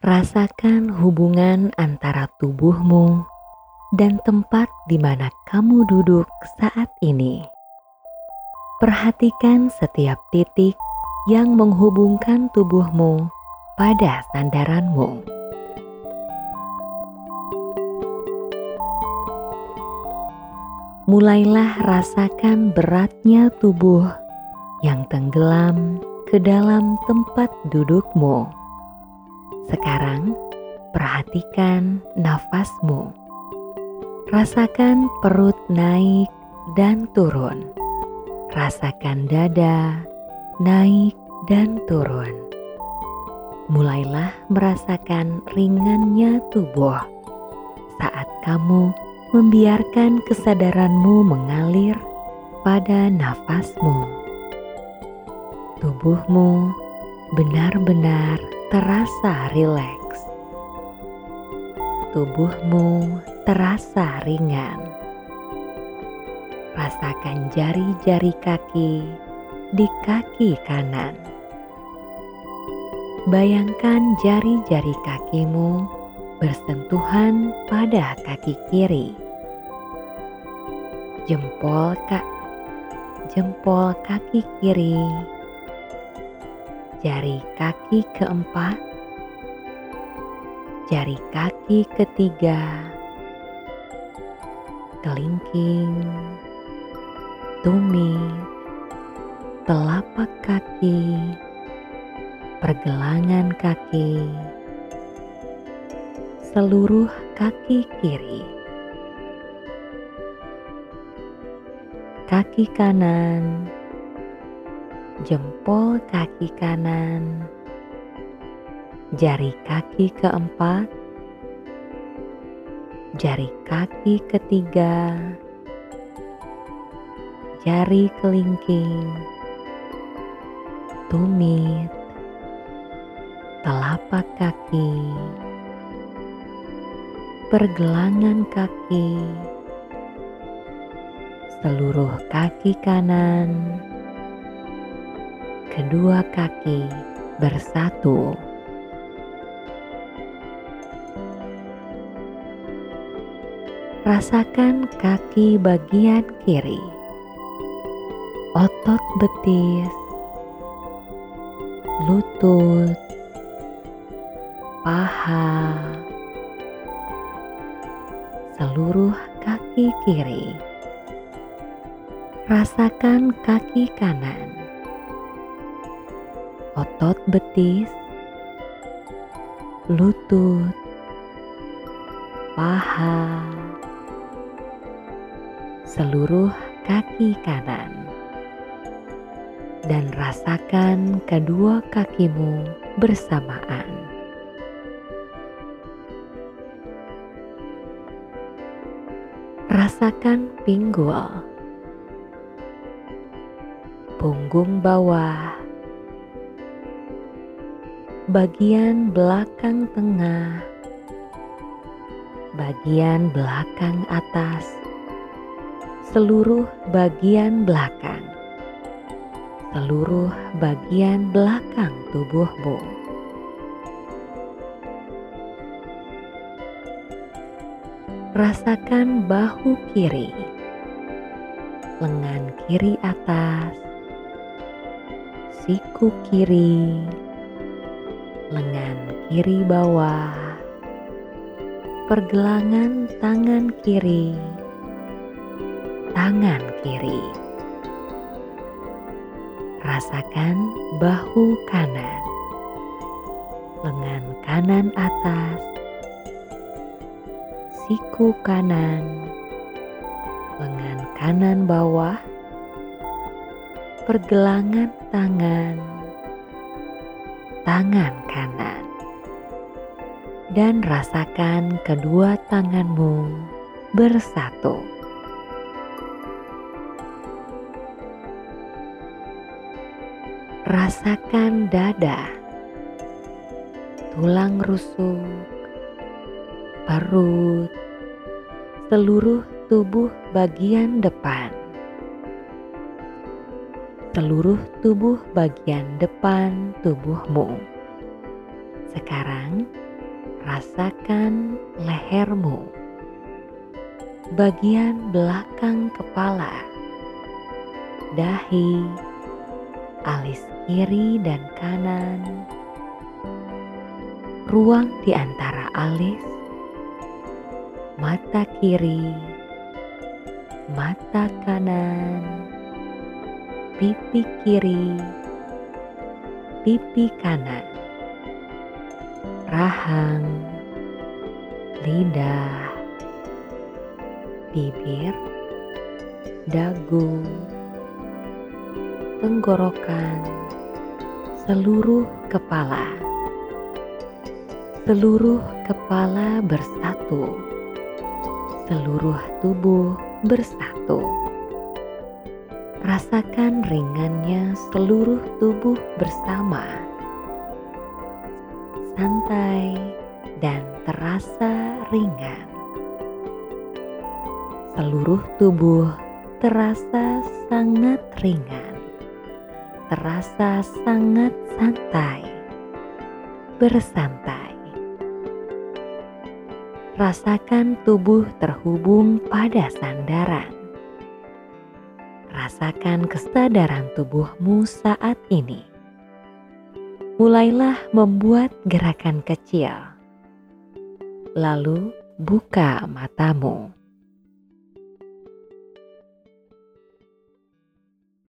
Rasakan hubungan antara tubuhmu dan tempat di mana kamu duduk saat ini. Perhatikan setiap titik yang menghubungkan tubuhmu pada sandaranmu. Mulailah rasakan beratnya tubuh yang tenggelam ke dalam tempat dudukmu. Sekarang, perhatikan nafasmu. Rasakan perut naik dan turun. Rasakan dada naik dan turun. Mulailah merasakan ringannya tubuh saat kamu membiarkan kesadaranmu mengalir pada nafasmu. Tubuhmu benar-benar terasa rileks. Tubuhmu terasa ringan. Rasakan jari-jari kaki di kaki kanan. Bayangkan jari-jari kakimu bersentuhan pada kaki kiri. Jempol kaki kiri, jari kaki keempat, jari kaki ketiga, kelingking, tumit, telapak kaki, pergelangan kaki, seluruh kaki kiri, kaki kanan, jempol kaki kanan, jari kaki keempat, jari kaki ketiga, jari kelingking, tumit, telapak kaki, pergelangan kaki, seluruh kaki kanan, kedua kaki bersatu. Rasakan kaki bagian kiri, otot betis, lutut, paha, seluruh kaki kiri. Rasakan kaki kanan, otot betis, lutut, paha, seluruh kaki kanan. Dan rasakan kedua kakimu bersamaan. Rasakan pinggul, punggung bawah, bagian belakang tengah, bagian belakang atas, seluruh bagian belakang, seluruh bagian belakang tubuhmu. Rasakan bahu kiri, lengan kiri atas, siku kiri, lengan kiri bawah, pergelangan tangan kiri, tangan kiri. Rasakan bahu kanan, lengan kanan atas, siku kanan, lengan kanan bawah, pergelangan tangan, tangan kanan. Dan rasakan kedua tanganmu bersatu. Rasakan dada, tulang rusuk, perut, seluruh tubuh bagian depan, seluruh tubuh bagian depan tubuhmu. Sekarang Rasakan lehermu, bagian belakang kepala, dahi, alis kiri dan kanan, ruang di antara alis, mata kiri, mata kanan, pipi kiri, pipi kanan, rahang, lidah, bibir, dagu, tenggorokan, seluruh kepala. Seluruh kepala bersatu, seluruh tubuh bersatu. Rasakan ringannya seluruh tubuh bersama, santai dan terasa ringan. Seluruh tubuh terasa sangat ringan, terasa sangat santai, bersantai. Rasakan tubuh terhubung pada sandaran. Rasakan kesadaran tubuhmu saat ini. Mulailah membuat gerakan kecil. Lalu buka matamu.